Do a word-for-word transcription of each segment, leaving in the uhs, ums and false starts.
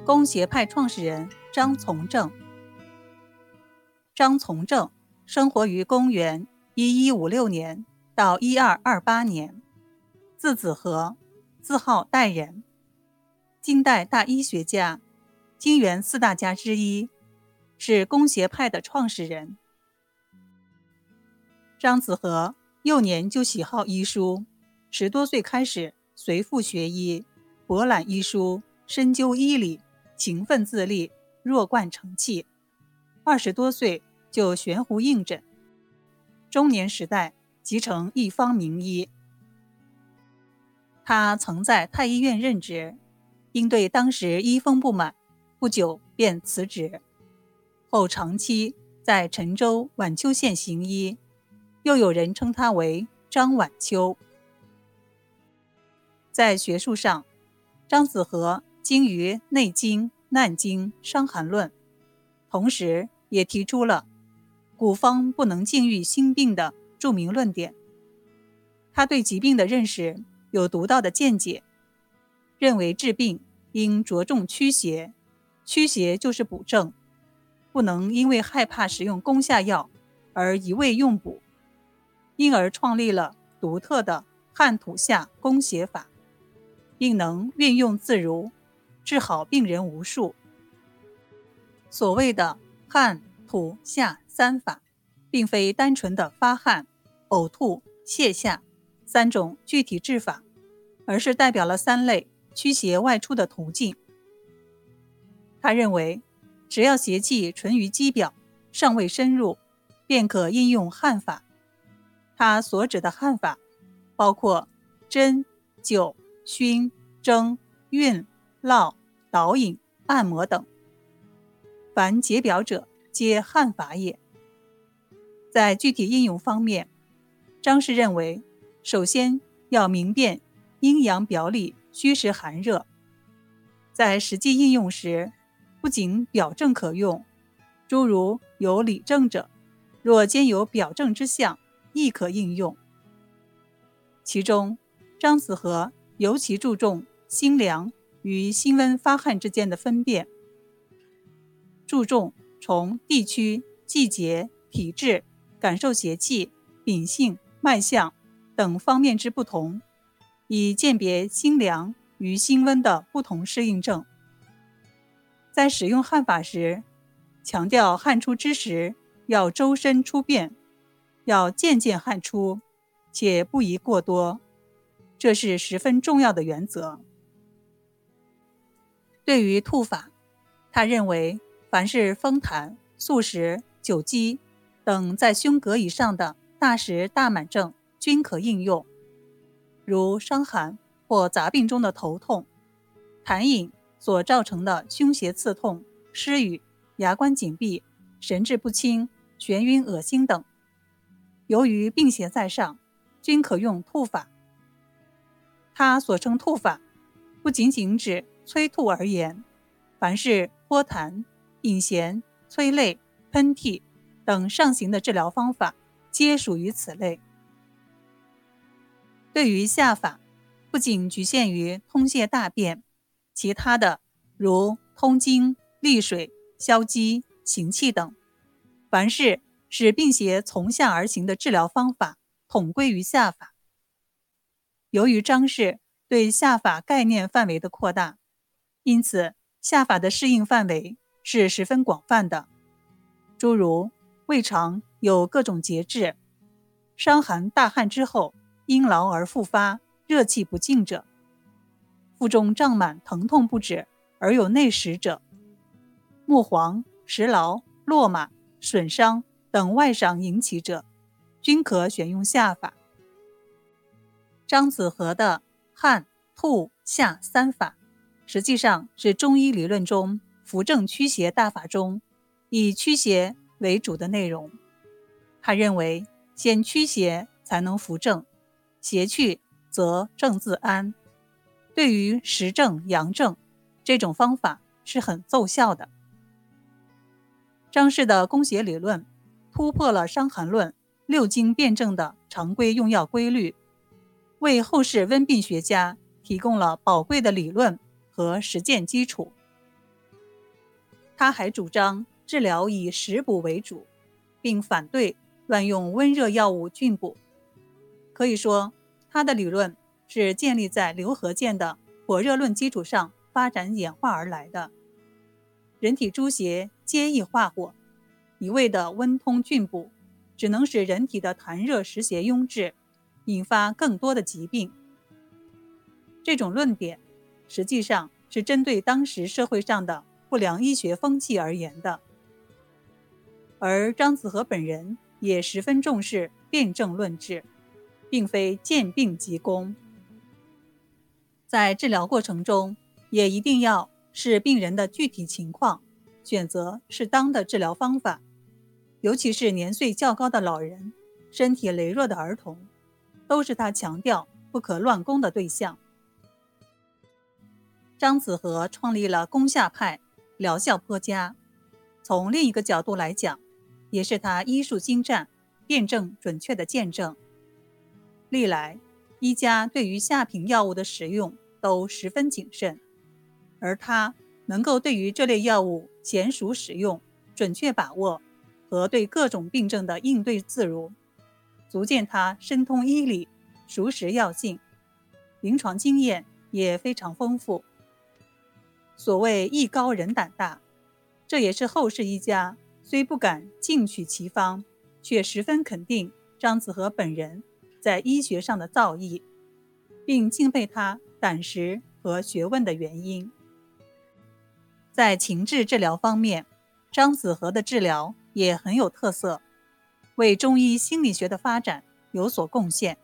公协派创始人张从正。张从正生活于公元一一五六年到一二二八年，字子和，字号代人，金代大医学家，金元四大家之一，是公协派的创始人。张子和幼年就喜好医书，十多岁开始随父学医，博览医书，深究医理，勤奋自立，弱冠成器。二十多岁就悬壶应诊，中年时代即成一方名医。他曾在太医院任职，因对当时医风不满，不久便辞职，后长期在陈州宛丘县行医，又有人称他为张宛丘。在学术上，张子和精于《内经》《难经》《伤寒论》，同时也提出了古方不能禁愈心病的著名论点。他对疾病的认识有独到的见解，认为治病应着重驱邪，驱邪就是补正，不能因为害怕使用攻下药而一味用补，因而创立了独特的汉土下攻邪法，并能运用自如，治好病人无数。所谓的汉土下三法，并非单纯的发汗、呕吐、泻下三种具体治法，而是代表了三类驱邪外出的途径。他认为，只要邪气存于肌表，尚未深入，便可应用汗法。他所指的汗法，包括针、灸、熏、蒸、熨、烙、导引、按摩等，凡解表者皆汗法也。在具体应用方面，张氏认为，首先要明辨阴阳表里虚实寒热，在实际应用时，不仅表证可用，诸如有里证者，若兼有表证之象，亦可应用。其中，张子和尤其注重心凉与心温发汗之间的分辨，注重从地区、季节、体质、感受邪气、秉性、脉象等方面之不同，以鉴别心凉与心温的不同适应症。在使用汗法时，强调汗出之时要周身出便，要渐渐汗出，且不宜过多，这是十分重要的原则。对于吐法，他认为凡是风痰、宿食、久积等在胸膈以上的大实大满症均可应用，如伤寒或杂病中的头痛、痰饮所造成的胸胁刺痛、失语、牙关紧闭、神志不清、眩晕恶心等，由于病邪在上，均可用吐法。他所称吐法，不仅仅指催吐而言，凡是泼痰、引涎、催泪、喷嚏等上行的治疗方法，皆属于此类。对于下法，不仅局限于通泻大便，其他的如通经、利水、消积、行气等，凡是使病邪从下而行的治疗方法，统归于下法。由于张氏对下法概念范围的扩大，因此下法的适应范围是十分广泛的，诸如胃肠有各种节制，伤寒大汗之后因劳而复发，热气不尽者，腹中胀满疼痛不止而有内食者，目黄、食劳、落马、损伤等外伤引起者，均可选用下法。张子和的汗、吐、下三法，实际上是中医理论中扶正驱邪大法中以驱邪为主的内容。他认为，先驱邪才能扶正，邪去则正自安。对于实证阳正，这种方法是很奏效的。张氏的攻邪理论突破了《伤寒论》六经辩证的常规用药规律，为后世温病学家提供了宝贵的理论和实践基础。 他还主张治疗以食补为主，并反对乱用温热药物菌补。可以说，他的理论是建立在刘和建的火热论基础上发展演化而来的。人体诸邪皆易化火，一味的温通菌补，只能使人体的痰热湿邪壅滞，引发更多的疾病。这种论点实际上是针对当时社会上的不良医学风气而言的。而张子和本人也十分重视辨证论治，并非见病即攻。在治疗过程中，也一定要视病人的具体情况，选择适当的治疗方法，尤其是年岁较高的老人、身体羸弱的儿童，都是他强调不可乱攻的对象。张子和创立了攻下派，疗效颇佳。从另一个角度来讲，也是他医术精湛、辨证准确的见证。历来医家对于下品药物的使用都十分谨慎，而他能够对于这类药物娴熟使用、准确把握和对各种病症的应对自如，足见他深通医理，熟识药性，临床经验也非常丰富。所谓艺高人胆大，这也是后世医家虽不敢尽取其方，却十分肯定张子和本人在医学上的造诣，并敬佩他胆识和学问的原因。在情志治疗方面，张子和的治疗也很有特色，为中医心理学的发展有所贡献。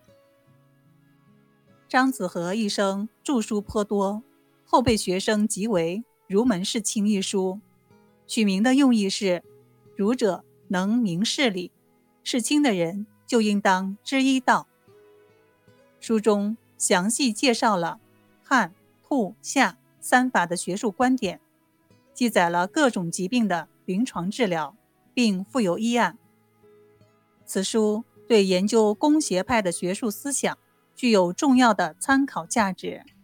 张子和一生著书颇多，后被学生集为《儒门事卿》一书，取名的用意是儒者能明事理，事卿的人就应当知医道。书中详细介绍了汗、吐、下三法的学术观点，记载了各种疾病的临床治疗，并附有医案。此书对研究攻邪派的学术思想具有重要的参考价值。